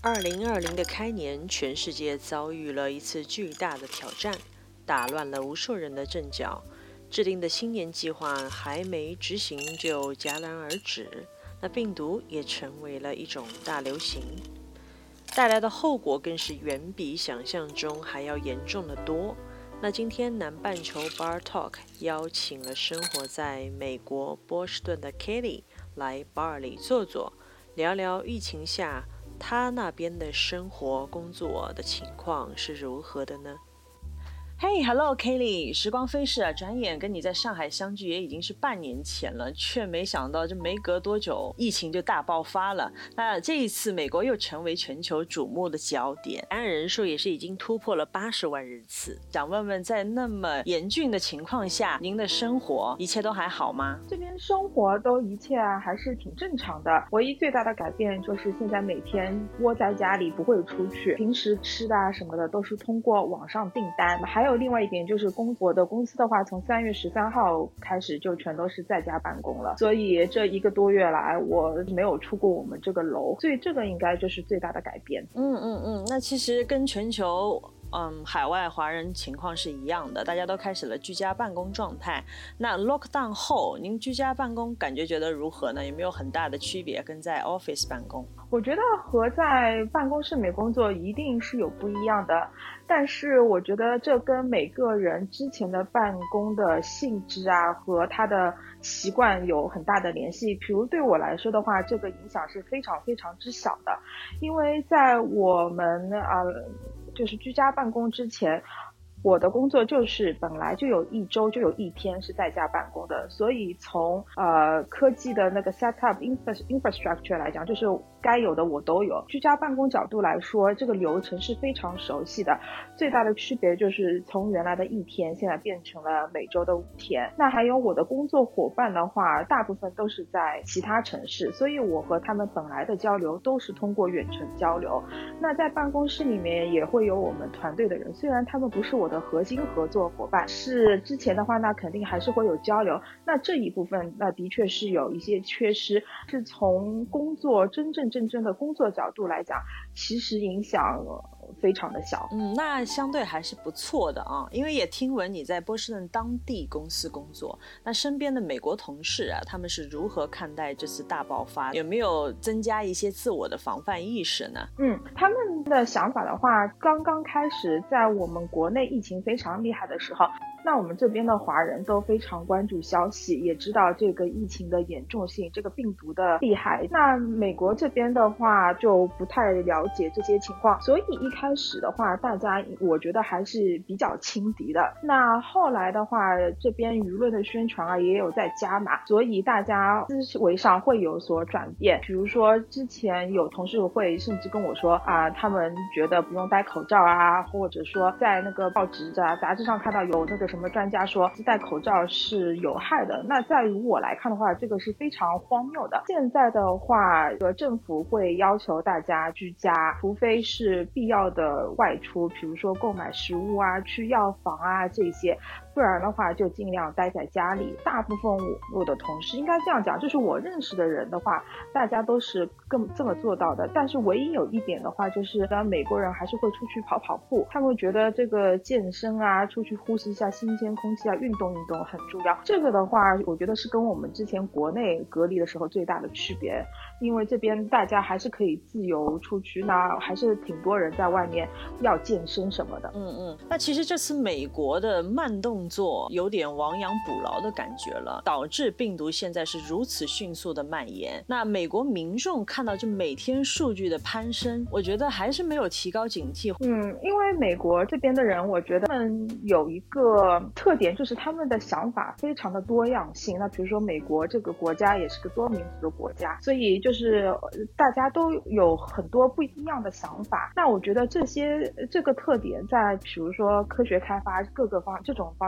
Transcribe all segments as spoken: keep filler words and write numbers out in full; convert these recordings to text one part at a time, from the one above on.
二零二零的开年，全世界遭遇了一次巨大的挑战，打乱了无数人的阵脚。制定的新年计划还没执行就戛然而止，那病毒也成为了一种大流行，带来的后果更是远比想象中还要严重的多。那今天南半球 Bar Talk 邀请了生活在美国波士顿的 Kelly 来 bar 里坐坐，聊聊疫情下他那边的生活工作的情况是如何的呢？Hey, hello, Kelly！ 时光飞逝啊，转眼跟你在上海相聚也已经是半年前了，却没想到这没隔多久，疫情就大爆发了。那这一次，美国又成为全球瞩目的焦点，感染人数也是已经突破了八十万人次。想问问，在那么严峻的情况下，您的生活一切都还好吗？ 这边生活都一切还是挺正常的，唯一最大的改变就是现在每天窝在家里不会出去，平时吃的啊什么的都是通过网上订单。还有另外一点就是公我的公司的话，从三月十三号开始就全都是在家办公了，所以这一个多月来我没有出过我们这个楼，所以这个应该就是最大的改变。 嗯嗯嗯，那其实跟全球嗯，海外华人情况是一样的，大家都开始了居家办公状态。那 lockdown 后，您居家办公感觉觉得如何呢？有没有很大的区别跟在 office 办公？ 我觉得和在办公室里工作一定是有不一样的，但是我觉得这跟每个人之前的办公的性质啊和他的习惯有很大的联系。比如对我来说的话，这个影响是非常非常之小的，因为在我们啊、呃、就是居家办公之前，我的工作就是本来就有一周就有一天是在家办公的，所以从呃科技的那个 set up infrastructure 来讲，就是该有的我都有。居家办公角度来说，这个流程是非常熟悉的，最大的区别就是从原来的一天现在变成了每周的五天。那还有我的工作伙伴的话，大部分都是在其他城市，所以我和他们本来的交流都是通过远程交流。那在办公室里面也会有我们团队的人，虽然他们不是我的核心合作伙伴，是之前的话那肯定还是会有交流，那这一部分那的确是有一些缺失，是从工作真正真正的工作角度来讲，其实影响非常的小。 嗯，那相对还是不错的啊，因为也听闻你在波士顿当地公司工作，那身边的美国同事啊，他们是如何看待这次大爆发？有没有增加一些自我的防范意识呢？ 嗯，他们的想法的话，刚刚开始在我们国内疫情非常厉害的时候，那我们这边的华人都非常关注消息，也知道这个疫情的严重性，这个病毒的厉害。那美国这边的话就不太了解这些情况，所以一开始的话大家我觉得还是比较轻敌的。那后来的话，这边舆论的宣传啊也有在加码，所以大家思维上会有所转变。比如说之前有同事会甚至跟我说啊，他们觉得不用戴口罩啊，或者说在那个报纸啊杂志上看到有那个什么专家说戴口罩是有害的。那在于我来看的话，这个是非常荒谬的。现在的话，政府会要求大家居家，除非是必要的外出，比如说购买食物啊、去药房啊这些，不然的话就尽量待在家里。大部分我的同事应该这样讲，就是我认识的人的话，大家都是更这么做到的。但是唯一有一点的话，就是美国人还是会出去跑跑步，他们会觉得这个健身啊，出去呼吸一下新鲜空气啊，运动运动很重要。这个的话，我觉得是跟我们之前国内隔离的时候最大的区别，因为这边大家还是可以自由出去，那还是挺多人在外面要健身什么的。 嗯嗯，那其实这次美国的慢动作有点亡羊补牢的感觉了，导致病毒现在是如此迅速的蔓延。那美国民众看到这每天数据的攀升，我觉得还是没有提高警惕。 嗯，因为美国这边的人，我觉得他们有一个特点，就是他们的想法非常的多样性。那比如说美国这个国家也是个多民族的国家，所以就是大家都有很多不一样的想法。那我觉得这些这个特点在比如说科学开发各个方这种方面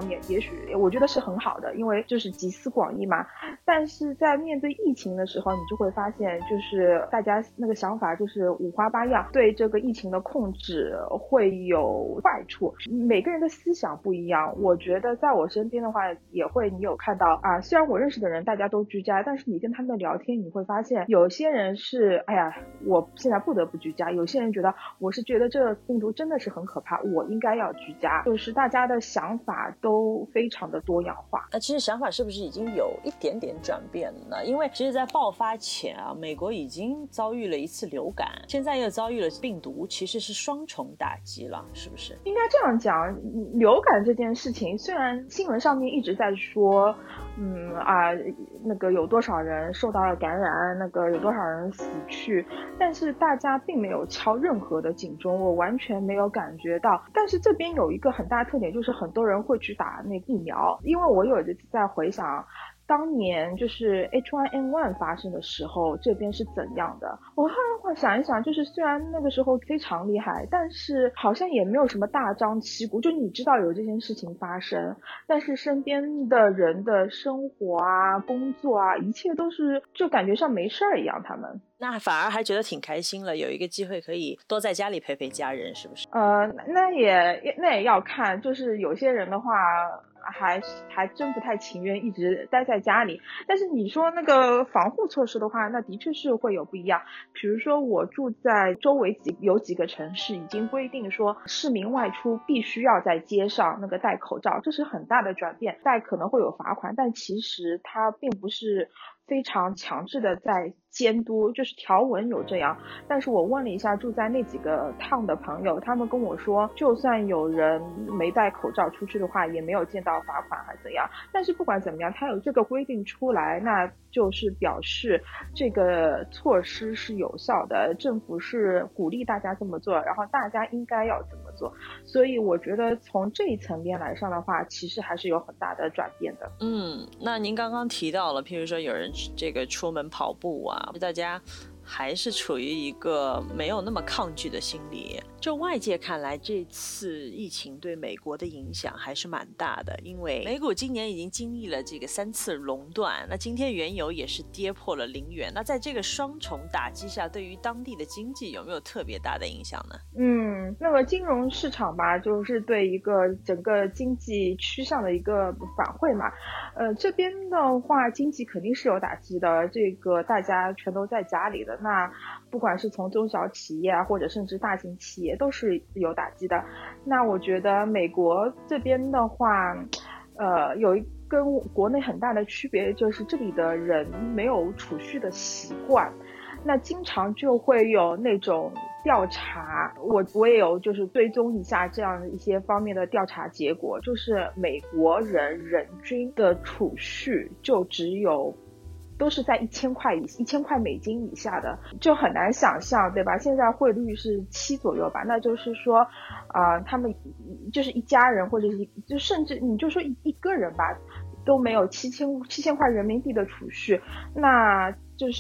也也许我觉得是很好的，因为就是集思广益嘛。但是在面对疫情的时候，你就会发现就是大家那个想法就是五花八样，对这个疫情的控制会有坏处，每个人的思想不一样。我觉得在我身边的话也会，你有看到啊，虽然我认识的人大家都居家，但是你跟他们聊天你会发现有些人是哎呀我现在不得不居家，有些人觉得我是觉得这个病毒真的是很可怕，我应该要居家，就是大家的想法都非常的多样化。 那其实想法是不是已经有一点点转变了呢？因为其实在爆发前啊，美国已经遭遇了一次流感，现在又遭遇了病毒，其实是双重打击了，是不是？ 应该这样讲，流感这件事情虽然新闻上面一直在说嗯啊，那个有多少人受到了感染，那个有多少人死去，但是大家并没有敲任何的警钟，我完全没有感觉到。但是这边有一个很大的特点，就是很多人会去打那个疫苗，因为我有一次在回想当年就是 H 一 N 一 发生的时候，这边是怎样的。我后来想一想，就是虽然那个时候非常厉害，但是好像也没有什么大张旗鼓，就你知道有这件事情发生，但是身边的人的生活啊工作啊一切都是就感觉像没事儿一样，他们那反而还觉得挺开心了，有一个机会可以多在家里陪陪家人，是不是？ 呃，那也那也要看，就是有些人的话还还真不太情愿一直待在家里。但是你说那个防护措施的话，那的确是会有不一样。比如说我住在周围几有几个城市已经规定说市民外出必须要在街上那个戴口罩，这是很大的转变。戴可能会有罚款，但其实它并不是非常强制的在监督，就是条文有这样。但是我问了一下住在那几个town的朋友，他们跟我说就算有人没戴口罩出去的话也没有见到罚款还怎样。但是不管怎么样，他有这个规定出来，那就是表示这个措施是有效的，政府是鼓励大家这么做，然后大家应该要这么做。所以我觉得从这一层面来上的话，其实还是有很大的转变的。 嗯，那您刚刚提到了譬如说有人这个出门跑步啊，大家还是处于一个没有那么抗拒的心理。就外界看来，这次疫情对美国的影响还是蛮大的，因为美股今年已经经历了这个三次熔断，那今天原油也是跌破了零元。那在这个双重打击下，对于当地的经济有没有特别大的影响呢？ 嗯，那么金融市场吧，就是对一个整个经济趋向的一个反馈嘛。呃，这边的话，经济肯定是有打击的，这个大家全都在家里的，那不管是从中小企业啊，或者甚至大型企业都是有打击的。那我觉得美国这边的话，呃，有一跟国内很大的区别，就是这里的人没有储蓄的习惯，那经常就会有那种调查，我我也有就是追踪一下这样一些方面的调查结果，就是美国人人均的储蓄就只有都是在一千块以一千块美金以下的，就很难想象，对吧？现在汇率是七左右吧，那就是说，啊、呃，他们就是一家人或者是就甚至你就说一一个人吧，都没有七千七千块人民币的储蓄，那就是。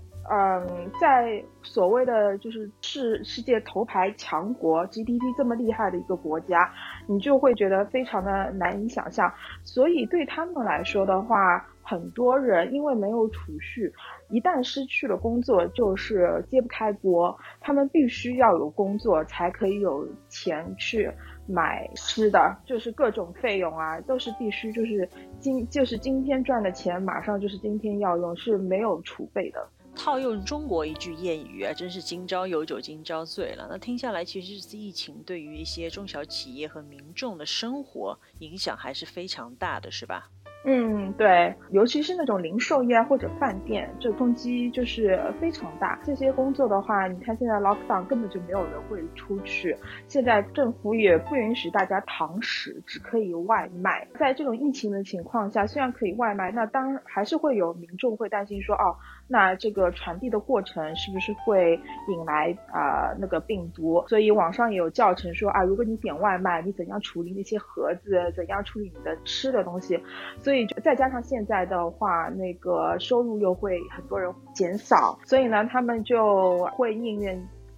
嗯，在所谓的就是世世界头牌强国 G D P 这么厉害的一个国家，你就会觉得非常的难以想象。所以对他们来说的话，很多人因为没有储蓄，一旦失去了工作就是揭不开锅，他们必须要有工作才可以有钱去买吃的，就是各种费用啊都是必须就是今就是今天赚的钱马上就是今天要用，是没有储备的。 套用中国一句谚语啊，真是今朝有酒今朝醉了。那听下来，其实这次疫情对于一些中小企业和民众的生活影响还是非常大的，是吧？ 嗯，对，尤其是那种零售业或者饭店，这冲击就是非常大。这些工作的话，你看现在 lockdown 根本就没有人会出去，现在政府也不允许大家堂食，只可以外卖。在这种疫情的情况下，虽然可以外卖，那当然还是会有民众会担心说，哦，那这个传递的过程是不是会引来啊、呃、那个病毒？所以网上也有教程说啊，如果你点外卖，你怎样处理那些盒子，怎样处理你的吃的东西。所以再加上现在的话，那个收入又会很多人减少，所以呢，他们就会宁愿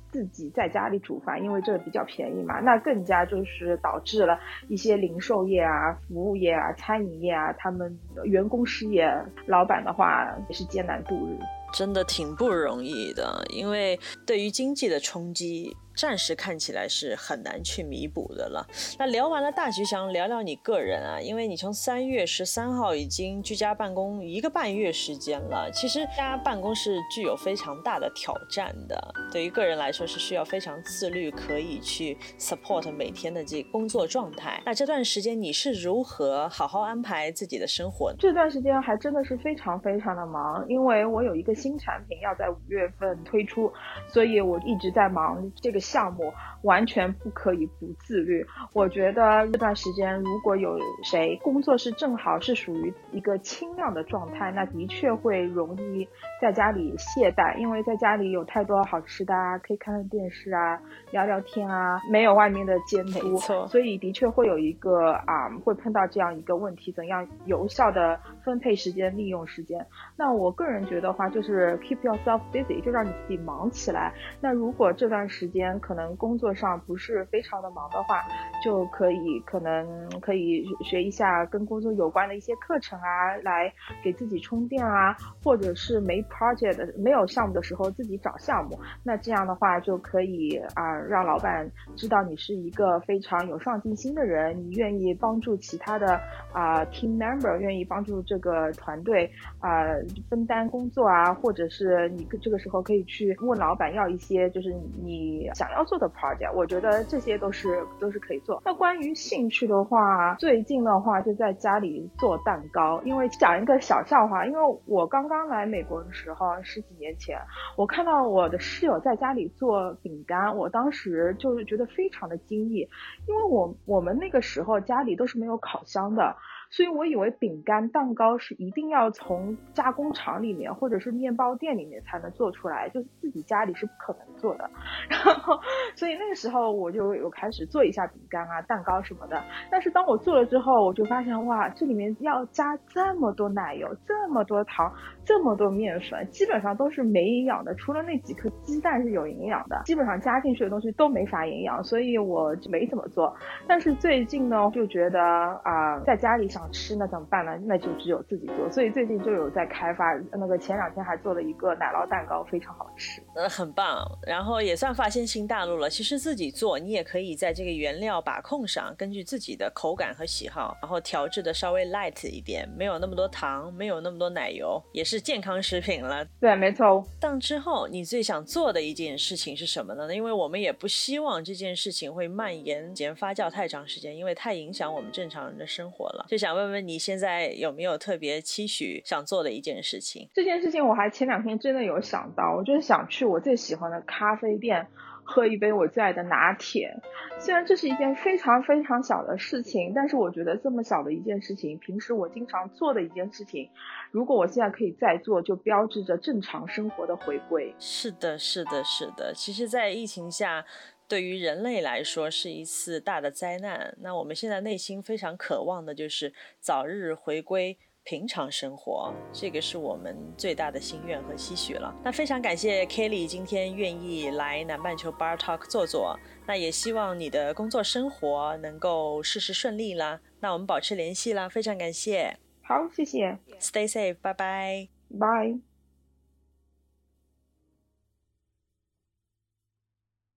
自己在家里煮饭，因为这个比较便宜嘛，那更加就是导致了一些零售业啊、服务业啊、餐饮业啊，他们员工失业，老板的话也是艰难度日。 真的挺不容易的，因为对于经济的冲击暂时看起来是很难去弥补的了。那聊完了大局，想聊聊你个人啊，因为你从三月十三号已经居家办公一个半月时间了。其实家办公是具有非常大的挑战的，对于个人来说是需要非常自律，可以去 support 每天的这个工作状态。那这段时间你是如何好好安排自己的生活？ 这段时间还真的是非常非常的忙，因为我有一个新产品要在五月份推出，所以我一直在忙这个项目，完全不可以不自律。我觉得这段时间如果有谁工作是正好是属于一个轻量的状态，那的确会容易在家里懈怠，因为在家里有太多好吃的啊，可以看看电视啊，聊聊天啊，没有外面的监督，所以的确会有一个啊、会碰到这样一个问题，怎样有效的分配时间，利用时间。那我个人觉得话就是 keep yourself busy， 就让你自己忙起来。那如果这段时间可能工作上不是非常的忙的话，就可以可能可以学一下跟工作有关的一些课程啊，来给自己充电啊，或者是没 project 没有项目的时候自己找项目。那这样的话就可以啊、呃，让老板知道你是一个非常有上进心的人，你愿意帮助其他的啊、呃、team member， 愿意帮助这个团队啊、呃、分担工作啊，或者是你这个时候可以去问老板要一些就是你想要做的 project， 我觉得这些都是都是可以做。那关于兴趣的话，最近的话就在家里做蛋糕。因为讲一个小笑话，因为我刚刚来美国的时候十几年前，我看到我的室友在家里做饼干，我当时就是觉得非常的惊异，因为我我们那个时候家里都是没有烤箱的，所以我以为饼干蛋糕是一定要从加工厂里面或者是面包店里面才能做出来，就是自己家里是不可能做的。然后所以那个时候我就有开始做一下饼干啊蛋糕什么的。但是当我做了之后，我就发现哇，这里面要加这么多奶油，这么多糖，这么多面粉，基本上都是没营养的，除了那几颗鸡蛋是有营养的，基本上加进去的东西都没啥营养，所以我就没怎么做。但是最近呢就觉得啊、呃，在家里想吃那怎么办呢？那就只有自己做，所以最近就有在开发那个，前两天还做了一个奶酪蛋糕，非常好吃。 呃，很棒，然后也算发现新大陆了。其实自己做，你也可以在这个原料把控上，根据自己的口感和喜好，然后调制的稍微 light 一点，没有那么多糖，没有那么多奶油，也是健康食品了。 对，没错。 当之后你最想做的一件事情是什么呢？因为我们也不希望这件事情会蔓延发酵太长时间，因为太影响我们正常人的生活了。就想问问你现在有没有特别期许想做的一件事情？ 这件事情我还前两天真的有想到，我就是想去我最喜欢的咖啡店喝一杯我最爱的拿铁。虽然这是一件非常非常小的事情，但是我觉得这么小的一件事情，平时我经常做的一件事情，如果我现在可以再做，就标志着正常生活的回归。 是的是的是的，其实在疫情下对于人类来说是一次大的灾难，那我们现在内心非常渴望的就是早日回归平常生活，这个是我们最大的心愿和期许了。那非常感谢 Kelly 今天愿意来南半球 Bar Talk 坐坐，那也希望你的工作生活能够事事顺利啦。那我们保持联系啦，非常感谢。 好，谢谢。 Stay safe， 拜拜。 Bye。